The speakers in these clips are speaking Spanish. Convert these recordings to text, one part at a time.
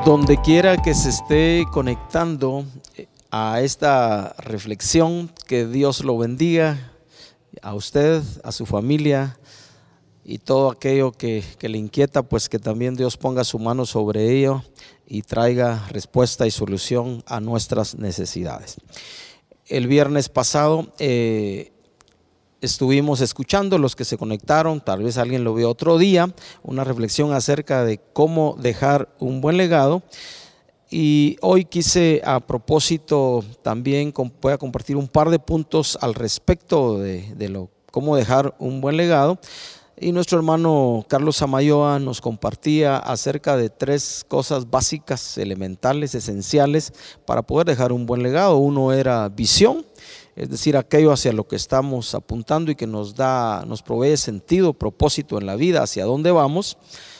Donde quiera que se esté conectando a esta reflexión, que Dios lo bendiga a usted, a su familia y todo aquello que le inquieta, pues que también Dios ponga su mano sobre ello y traiga respuesta y solución a nuestras necesidades. El viernes pasado estuvimos escuchando, los que se conectaron, tal vez alguien lo vio otro día, una reflexión acerca de cómo dejar un buen legado. Y hoy quise, a propósito, también voy a compartir un par de puntos al respecto de cómo dejar un buen legado. Y nuestro hermano Carlos Samayoa nos compartía acerca de 3 cosas básicas, elementales, esenciales para poder dejar un buen legado. Uno era visión, es decir, aquello hacia lo que estamos apuntando y que nos provee sentido, propósito en la vida, hacia dónde vamos.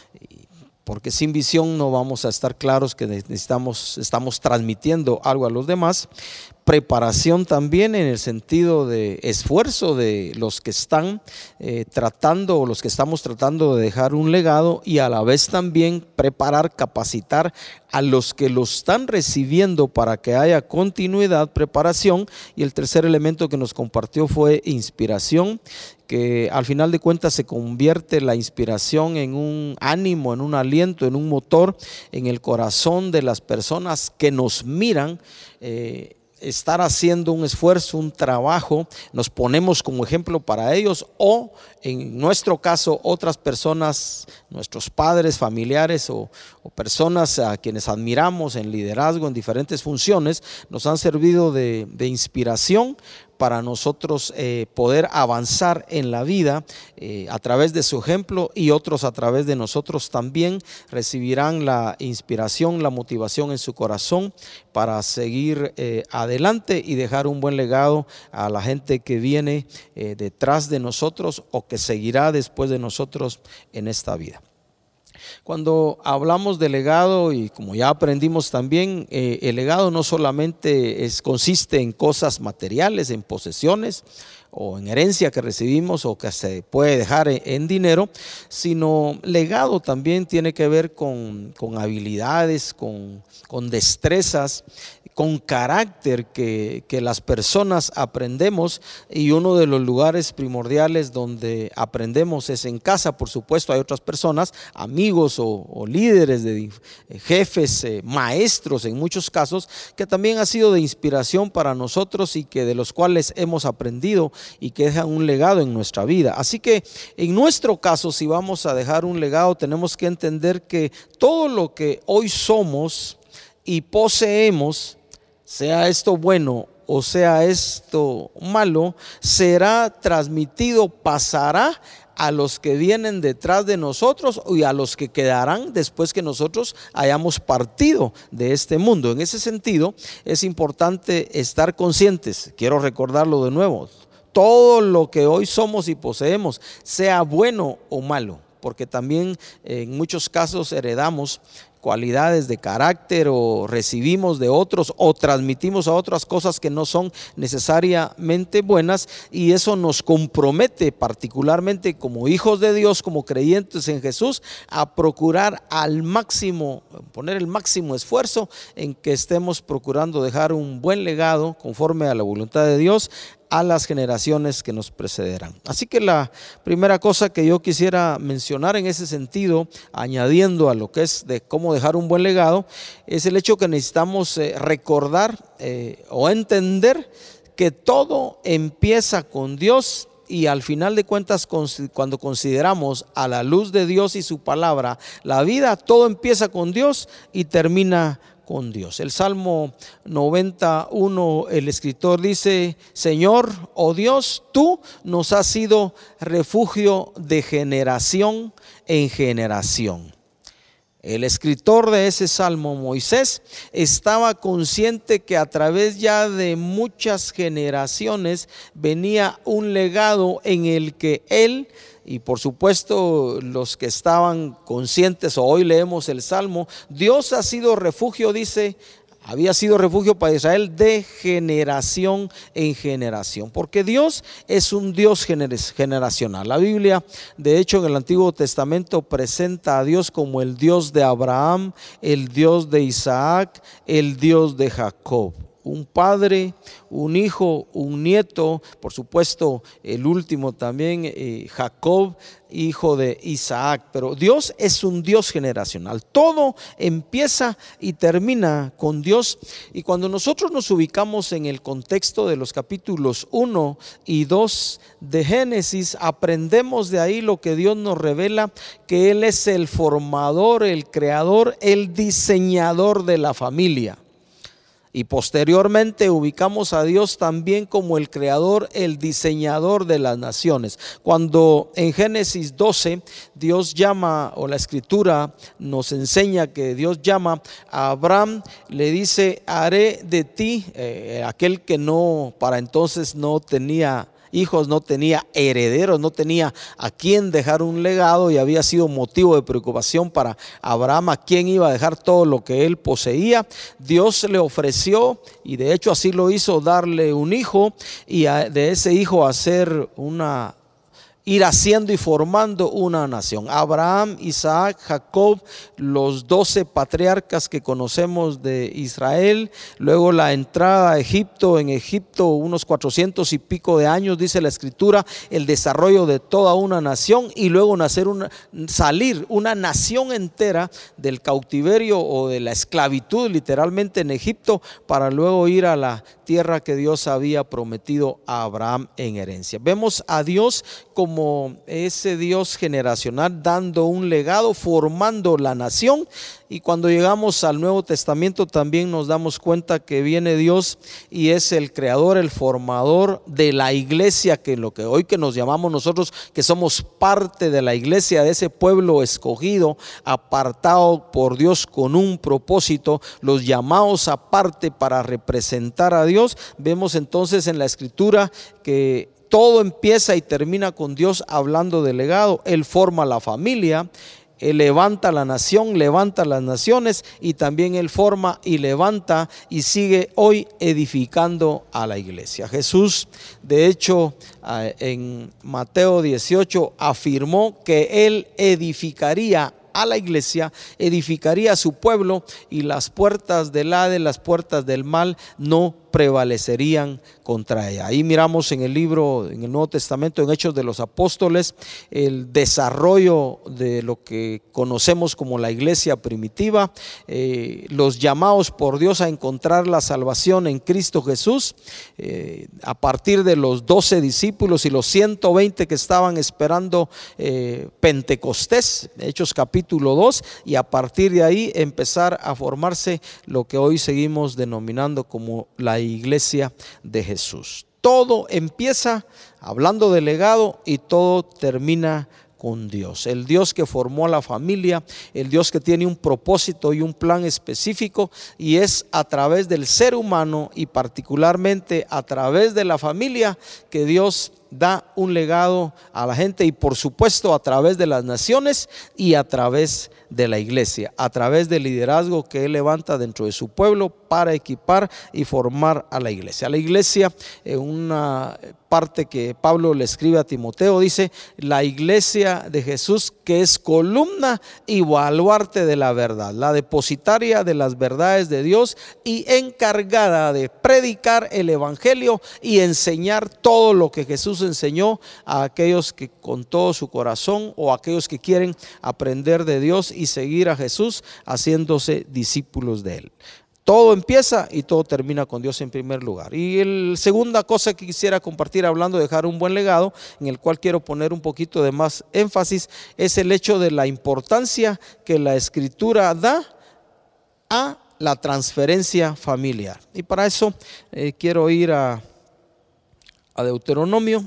Porque sin visión no vamos a estar claros que estamos transmitiendo algo a los demás. Preparación también en el sentido de esfuerzo de los que están tratando o los que estamos tratando de dejar un legado, y a la vez también preparar, capacitar a los que lo están recibiendo para que haya continuidad, preparación. Y el tercer elemento que nos compartió fue inspiración, que al final de cuentas se convierte la inspiración en un ánimo, en un aliento, en un motor en el corazón de las personas que nos miran. Estar haciendo un esfuerzo, un trabajo, nos ponemos como ejemplo para ellos, o en nuestro caso otras personas, nuestros padres, familiares o personas a quienes admiramos en liderazgo, en diferentes funciones, nos han servido de inspiración para nosotros poder avanzar en la vida a través de su ejemplo, y otros a través de nosotros también recibirán la inspiración, la motivación en su corazón para seguir adelante y dejar un buen legado a la gente que viene detrás de nosotros o que seguirá después de nosotros en esta vida. Cuando hablamos de legado, y como ya aprendimos también, el legado no solamente consiste en cosas materiales, en posesiones o en herencia que recibimos o que se puede dejar en dinero, sino legado también tiene que ver con habilidades, con destrezas, con carácter que las personas aprendemos. Y uno de los lugares primordiales donde aprendemos es en casa. Por supuesto, hay otras personas, amigos o líderes, jefes, maestros en muchos casos, que también han sido de inspiración para nosotros y que de los cuales hemos aprendido y que dejan un legado en nuestra vida. Así que en nuestro caso, si vamos a dejar un legado, tenemos que entender que todo lo que hoy somos y poseemos, sea esto bueno o sea esto malo, será transmitido, pasará a los que vienen detrás de nosotros y a los que quedarán después que nosotros hayamos partido de este mundo. En ese sentido, es importante estar conscientes. Quiero recordarlo de nuevo: todo lo que hoy somos y poseemos, sea bueno o malo, porque también en muchos casos heredamos cualidades de carácter, o recibimos de otros o transmitimos a otras cosas que no son necesariamente buenas, y eso nos compromete particularmente como hijos de Dios, como creyentes en Jesús, a procurar al máximo, poner el máximo esfuerzo en que estemos procurando dejar un buen legado conforme a la voluntad de Dios a las generaciones que nos precederán. Así que la primera cosa que yo quisiera mencionar en ese sentido, añadiendo a lo que es de cómo dejar un buen legado, es el hecho que necesitamos recordar o entender que todo empieza con Dios. Y al final de cuentas, cuando consideramos a la luz de Dios y su palabra la vida, todo empieza con Dios y termina con Dios. El Salmo 91, el escritor dice: Señor, oh Dios, tú nos has sido refugio de generación en generación. El escritor de ese salmo, Moisés, estaba consciente que a través ya de muchas generaciones venía un legado en el que él, y por supuesto los que estaban conscientes o hoy leemos el salmo, Dios ha sido refugio, dice, había sido refugio para Israel de generación en generación, porque Dios es un Dios generacional. La Biblia, de hecho, en el Antiguo Testamento presenta a Dios como el Dios de Abraham, el Dios de Isaac, el Dios de Jacob. Un padre, un hijo, un nieto, por supuesto el último también, Jacob, hijo de Isaac. Pero Dios es un Dios generacional. Todo empieza y termina con Dios. Y cuando nosotros nos ubicamos en el contexto de los capítulos 1 y 2 de Génesis, aprendemos de ahí lo que Dios nos revela, que Él es el formador, el creador, el diseñador de la familia. Y posteriormente ubicamos a Dios también como el creador, el diseñador de las naciones. Cuando en Génesis 12 Dios llama, o la escritura nos enseña que Dios llama a Abraham, le dice: haré de ti, aquel que no, para entonces no tenía hijos, no tenía herederos, no tenía a quién dejar un legado, y había sido motivo de preocupación para Abraham a quién iba a dejar todo lo que él poseía. Dios le ofreció, y de hecho así lo hizo, darle un hijo, y de ese hijo ir haciendo y formando una nación. Abraham, Isaac, Jacob, los 12 patriarcas que conocemos de Israel. Luego la entrada a Egipto, en Egipto unos 400 y pico de años, dice la escritura, el desarrollo de toda una nación, y luego salir una nación entera del cautiverio o de la esclavitud literalmente en Egipto, para luego ir a la tierra que Dios había prometido a Abraham en herencia. Vemos a Dios como ese Dios generacional, dando un legado, formando la nación. Y cuando llegamos al Nuevo Testamento también nos damos cuenta que viene Dios y es el creador, el formador de la iglesia, que lo que hoy que nos llamamos nosotros, que somos parte de la iglesia, de ese pueblo escogido, apartado por Dios con un propósito, los llamados aparte para representar a Dios. Vemos entonces en la escritura que todo empieza y termina con Dios hablando de legado. Él forma la familia, Él levanta la nación, levanta las naciones, y también Él forma y levanta y sigue hoy edificando a la iglesia. Jesús, de hecho, en Mateo 18 afirmó que Él edificaría a la iglesia, edificaría a su pueblo, y las puertas del Hades, las puertas del mal no prevalecerían contra ella. Ahí miramos en el libro, en el Nuevo Testamento, en Hechos de los Apóstoles, el desarrollo de lo que conocemos como la iglesia primitiva, los llamados por Dios a encontrar la salvación en Cristo Jesús, a partir de los 12 discípulos y los 120 que estaban esperando Pentecostés, Hechos capítulo 2, y a partir de ahí empezar a formarse lo que hoy seguimos denominando como la iglesia de Jesús. Todo empieza hablando de legado y todo termina con Dios, el Dios que formó la familia, el Dios que tiene un propósito y un plan específico, y es a través del ser humano y particularmente a través de la familia que Dios da un legado a la gente, y por supuesto a través de las naciones y a través de la iglesia, a través del liderazgo que Él levanta dentro de su pueblo para equipar y formar a la iglesia. A la iglesia, en una parte que Pablo le escribe a Timoteo, dice: la iglesia de Jesús, que es columna y baluarte de la verdad, la depositaria de las verdades de Dios y encargada de predicar el evangelio y enseñar todo lo que Jesús enseñó a aquellos que con todo su corazón, o aquellos que quieren aprender de Dios y seguir a Jesús haciéndose discípulos de Él. Todo empieza y todo termina con Dios en primer lugar. Y la segunda cosa que quisiera compartir, hablando de dejar un buen legado, en el cual quiero poner un poquito de más énfasis, es el hecho de la importancia que la Escritura da a la transferencia familiar. Y para eso quiero ir a Deuteronomio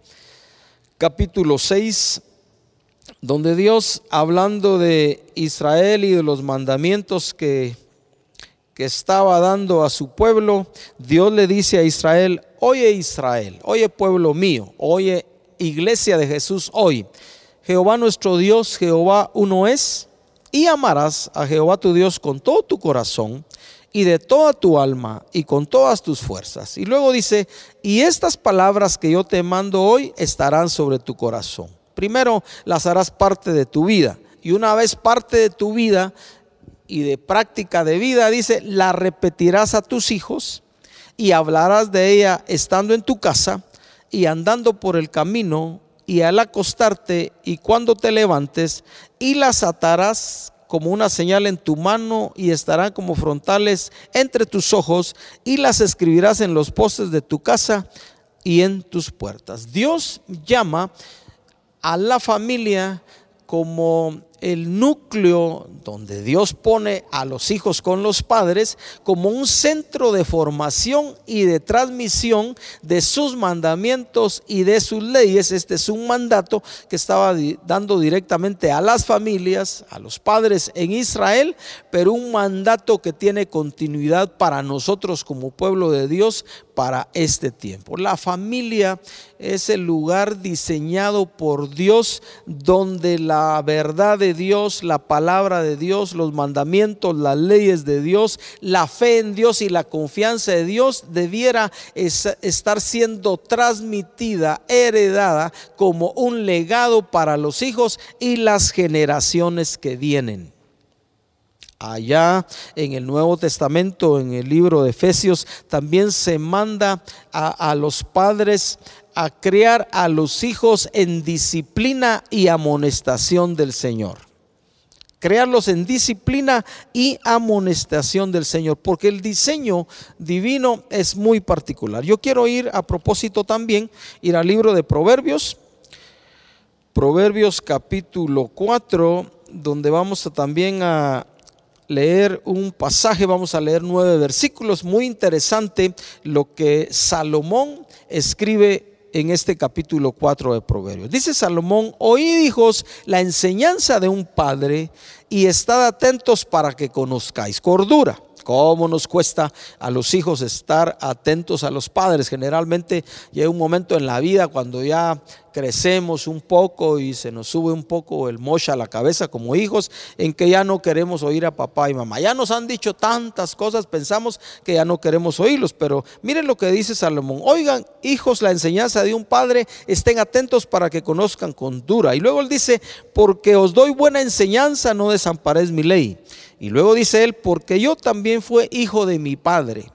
capítulo 6, donde Dios, hablando de Israel y de los mandamientos que estaba dando a su pueblo, Dios le dice a Israel: Israel, oye pueblo mío, oye iglesia de Jesús, hoy Jehová nuestro Dios, Jehová uno es, y amarás a Jehová tu Dios con todo tu corazón y de toda tu alma y con todas tus fuerzas. Y luego dice, y estas palabras que yo te mando hoy estarán sobre tu corazón. Primero las harás parte de tu vida, y una vez parte de tu vida y de práctica de vida, dice, la repetirás a tus hijos y hablarás de ella estando en tu casa y andando por el camino y al acostarte y cuando te levantes, y las atarás como una señal en tu mano y estarán como frontales entre tus ojos, y las escribirás en los postes de tu casa y en tus puertas. Dios llama a la familia como el núcleo donde Dios pone a los hijos con los padres, como un centro de formación y de transmisión de sus mandamientos y de sus leyes. Este es un mandato que estaba dando directamente a las familias, a los padres en Israel, pero un mandato que tiene continuidad para nosotros como pueblo de Dios para este tiempo. La familia es el lugar diseñado por Dios donde la verdad de Dios, la palabra de Dios, los mandamientos, las leyes de Dios, la fe en Dios y la confianza de Dios debiera estar siendo transmitida, heredada como un legado para los hijos y las generaciones que vienen. Allá en el Nuevo Testamento, en el libro de Efesios, también se manda a los padres a criar a los hijos en disciplina y amonestación del Señor. Crearlos en disciplina y amonestación del Señor, porque el diseño divino es muy particular. Yo quiero ir a propósito también, ir al libro de Proverbios, Proverbios capítulo 4, donde vamos también a leer un pasaje. Vamos a leer 9 versículos. Muy interesante lo que Salomón escribe en este capítulo 4 de Proverbios. Dice Salomón: oíd, hijos, la enseñanza de un padre, y estad atentos para que conozcáis cordura. ¿Cómo nos cuesta a los hijos estar atentos a los padres? Generalmente llega un momento en la vida cuando ya crecemos un poco y se nos sube un poco el mocha a la cabeza como hijos, en que ya no queremos oír a papá y mamá. Ya nos han dicho tantas cosas, pensamos que ya no queremos oírlos. Pero miren lo que dice Salomón: oigan, hijos, la enseñanza de un padre, estén atentos para que conozcan cordura. Y luego él dice: porque os doy buena enseñanza, no desamparéis mi ley. Y luego dice él: porque yo también fui hijo de mi padre,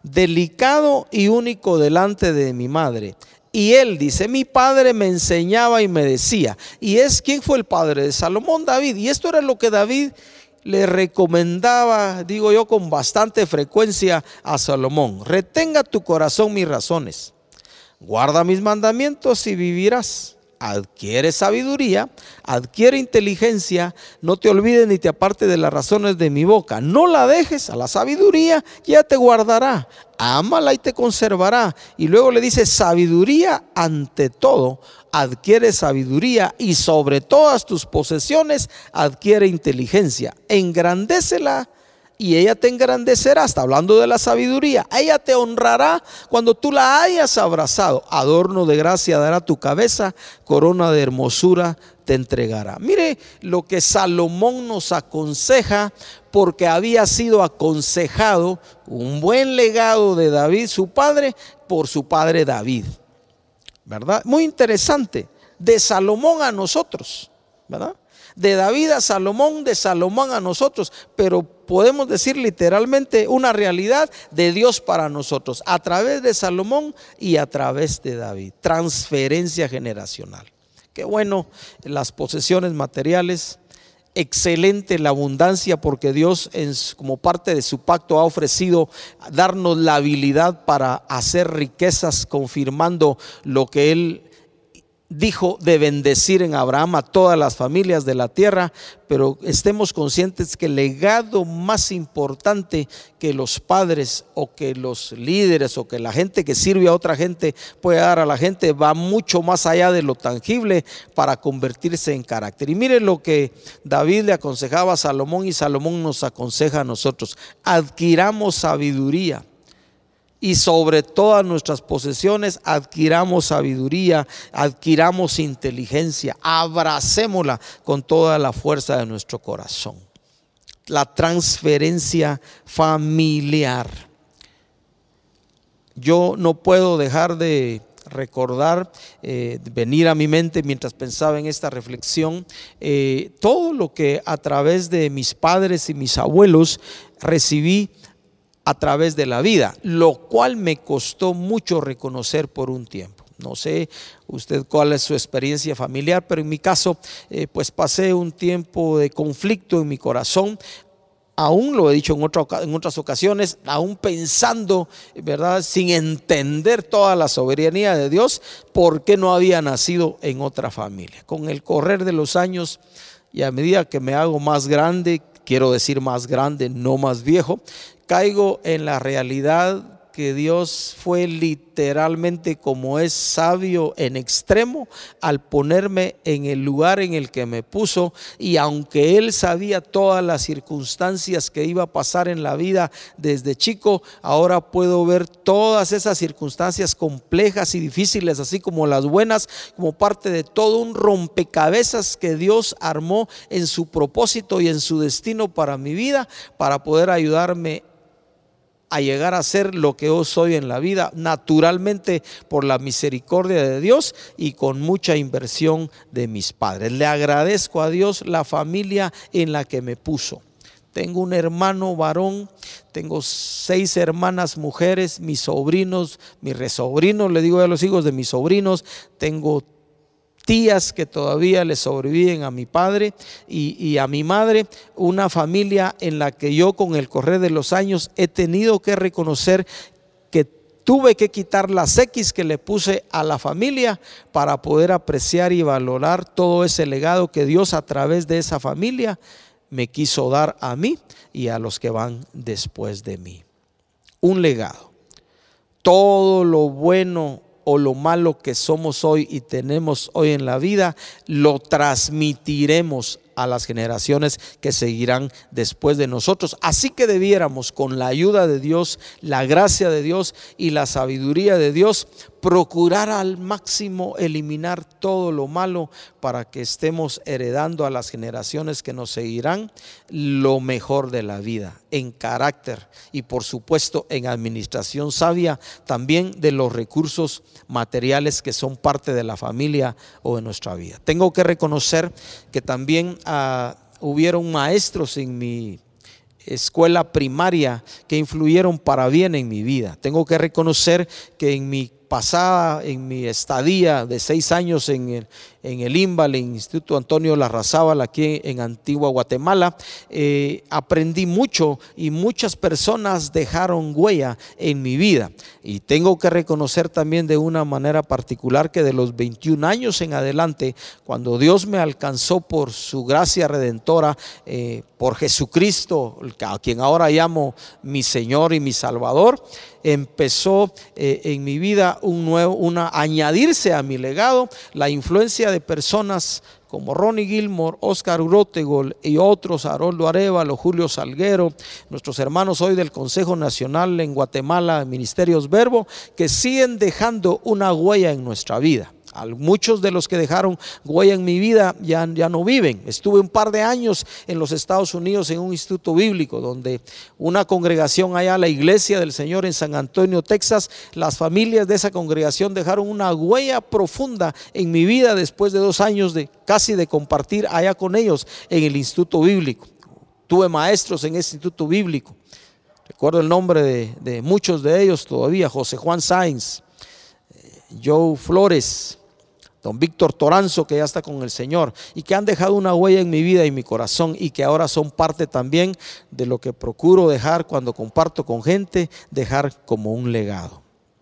delicado y único delante de mi madre. Y él dice: mi padre me enseñaba y me decía. Y es, ¿quién fue el padre de Salomón? David. Y esto era lo que David le recomendaba, digo yo, con bastante frecuencia a Salomón: retenga tu corazón mis razones, guarda mis mandamientos y vivirás. Adquiere sabiduría, adquiere inteligencia, no te olvides ni te apartes de las razones de mi boca. No la dejes a la sabiduría, ya te guardará. Ámala y te conservará. Y luego le dice: sabiduría ante todo, adquiere sabiduría, y sobre todas tus posesiones adquiere inteligencia. Engrandécela y ella te engrandecerá. Está hablando de la sabiduría. Ella te honrará cuando tú la hayas abrazado. Adorno de gracia dará tu cabeza, corona de hermosura te entregará. Mire lo que Salomón nos aconseja, porque había sido aconsejado, un buen legado de David, su padre, por su padre David, ¿verdad? Muy interesante. De Salomón a nosotros, ¿verdad? De David a Salomón, de Salomón a nosotros, pero podemos decir literalmente una realidad de Dios para nosotros, a través de Salomón y a través de David. Transferencia generacional. Qué bueno las posesiones materiales, excelente la abundancia, porque Dios como parte de su pacto ha ofrecido darnos la habilidad para hacer riquezas, confirmando lo que Él dijo de bendecir en Abraham a todas las familias de la tierra. Pero estemos conscientes que el legado más importante que los padres o que los líderes o que la gente que sirve a otra gente puede dar a la gente va mucho más allá de lo tangible para convertirse en carácter. Y miren lo que David le aconsejaba a Salomón, y Salomón nos aconseja a nosotros: adquiramos sabiduría, y sobre todas nuestras posesiones adquiramos sabiduría, adquiramos inteligencia, abracémosla con toda la fuerza de nuestro corazón. la transferencia familiar. Yo no puedo dejar de recordar, venir a mi mente mientras pensaba en esta reflexión, todo lo que a través de mis padres y mis abuelos recibí a través de la vida, lo cual me costó mucho reconocer por un tiempo. No sé usted cuál es su experiencia familiar, pero en mi caso, pues pasé un tiempo de conflicto en mi corazón. Aún lo he dicho en otras ocasiones, aún pensando, ¿verdad?, sin entender toda la soberanía de Dios, por qué no había nacido en otra familia. Con el correr de los años y a medida que me hago más grande, quiero decir más grande, no más viejo, caigo en la realidad que Dios fue literalmente, como es sabio en extremo, al ponerme en el lugar en el que me puso. Y aunque Él sabía todas las circunstancias que iba a pasar en la vida desde chico, ahora puedo ver todas esas circunstancias complejas y difíciles, así como las buenas, como parte de todo un rompecabezas que Dios armó en su propósito y en su destino para mi vida, para poder ayudarme a llegar a ser lo que yo soy en la vida, naturalmente por la misericordia de Dios y con mucha inversión de mis padres. Le agradezco a Dios la familia en la que me puso. Tengo un hermano varón, tengo 6 hermanas mujeres, mis sobrinos, mis resobrinos, le digo a los hijos de mis sobrinos, tengo tías que todavía le sobreviven a mi padre y a mi madre, una familia en la que yo con el correr de los años he tenido que reconocer que tuve que quitar las X que le puse a la familia para poder apreciar y valorar todo ese legado que Dios a través de esa familia me quiso dar a mí y a los que van después de mí. Un legado. Todo lo bueno o lo malo que somos hoy y tenemos hoy en la vida, lo transmitiremos a las generaciones que seguirán después de nosotros. Así que debiéramos, con la ayuda de Dios, la gracia de Dios y la sabiduría de Dios, procurar al máximo eliminar todo lo malo para que estemos heredando a las generaciones que nos seguirán lo mejor de la vida, en carácter y por supuesto en administración sabia también de los recursos materiales que son parte de la familia o de nuestra vida. Tengo que reconocer que también hubieron maestros en mi escuela primaria que influyeron para bien en mi vida. Tengo que reconocer que en mi pasada, en mi estadía de 6 años en el INVAL, el Instituto Antonio Larrazábal, aquí en Antigua Guatemala, aprendí mucho y muchas personas dejaron huella en mi vida. Y tengo que reconocer también de una manera particular que de los 21 años en adelante, cuando Dios me alcanzó por su gracia redentora, por Jesucristo, a quien ahora llamo mi Señor y mi Salvador, empezó en mi vida añadirse a mi legado la influencia de personas como Ronnie Gilmore, Oscar Urotegol y otros, Haroldo Arévalo, Julio Salguero, nuestros hermanos hoy del Consejo Nacional en Guatemala, Ministerios Verbo, que siguen dejando una huella en nuestra vida. Muchos de los que dejaron huella en mi vida ya no viven. Estuve un par de años en los Estados Unidos en un instituto bíblico donde una congregación allá, la Iglesia del Señor en San Antonio, Texas, las familias de esa congregación dejaron una huella profunda en mi vida después de 2 años casi de compartir allá con ellos en el instituto bíblico. Tuve maestros en ese instituto bíblico. Recuerdo el nombre de muchos de ellos todavía: José Juan Sáenz, Joe Flores, don Víctor Toranzo, que ya está con el Señor, y que han dejado una huella en mi vida y mi corazón, y que ahora son parte también de lo que procuro dejar cuando comparto con gente, dejar como un legado.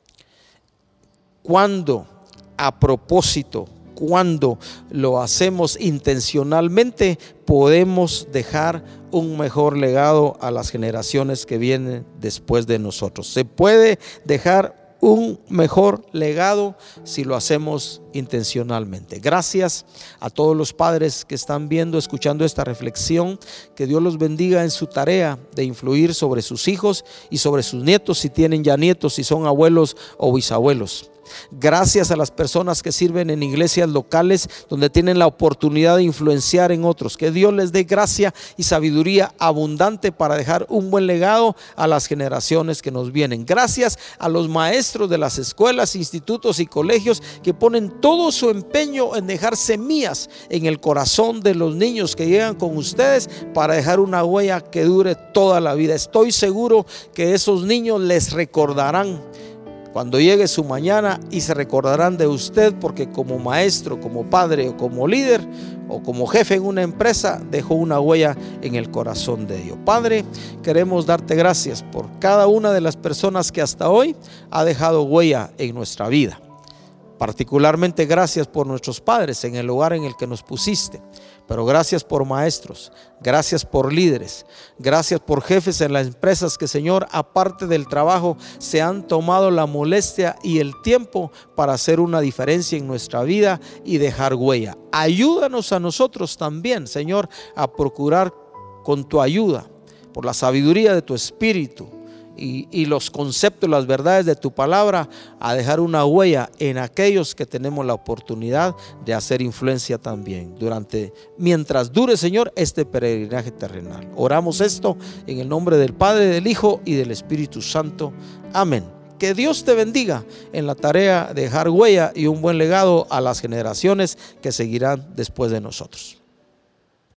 Cuando a propósito, cuando lo hacemos intencionalmente, podemos dejar un mejor legado a las generaciones que vienen después de nosotros. Se puede dejar un mejor legado si lo hacemos intencionalmente. Gracias a todos los padres que están viendo, escuchando esta reflexión. Que Dios los bendiga en su tarea de influir sobre sus hijos y sobre sus nietos, si tienen ya nietos, si son abuelos o bisabuelos. Gracias a las personas que sirven en iglesias locales donde tienen la oportunidad de influenciar en otros. Que Dios les dé gracia y sabiduría abundante para dejar un buen legado a las generaciones que nos vienen. Gracias a los maestros de las escuelas, institutos y colegios que ponen todo su empeño en dejar semillas en el corazón de los niños que llegan con ustedes para dejar una huella que dure toda la vida. Estoy seguro que esos niños les recordarán cuando llegue su mañana y se recordarán de usted, porque como maestro, como padre o como líder o como jefe en una empresa dejó una huella en el corazón de ellos. Padre, queremos darte gracias por cada una de las personas que hasta hoy ha dejado huella en nuestra vida. Particularmente gracias por nuestros padres en el lugar en el que nos pusiste, pero gracias por maestros, gracias por líderes, gracias por jefes en las empresas que, Señor, aparte del trabajo, se han tomado la molestia y el tiempo para hacer una diferencia en nuestra vida y dejar huella. Ayúdanos a nosotros también, Señor, a procurar con tu ayuda, por la sabiduría de tu Espíritu y los conceptos, las verdades de tu palabra, a dejar una huella en aquellos que tenemos la oportunidad de hacer influencia también mientras dure, Señor, este peregrinaje terrenal. Oramos esto en el nombre del Padre, del Hijo y del Espíritu Santo. Amén. Que Dios te bendiga en la tarea de dejar huella y un buen legado a las generaciones que seguirán después de nosotros.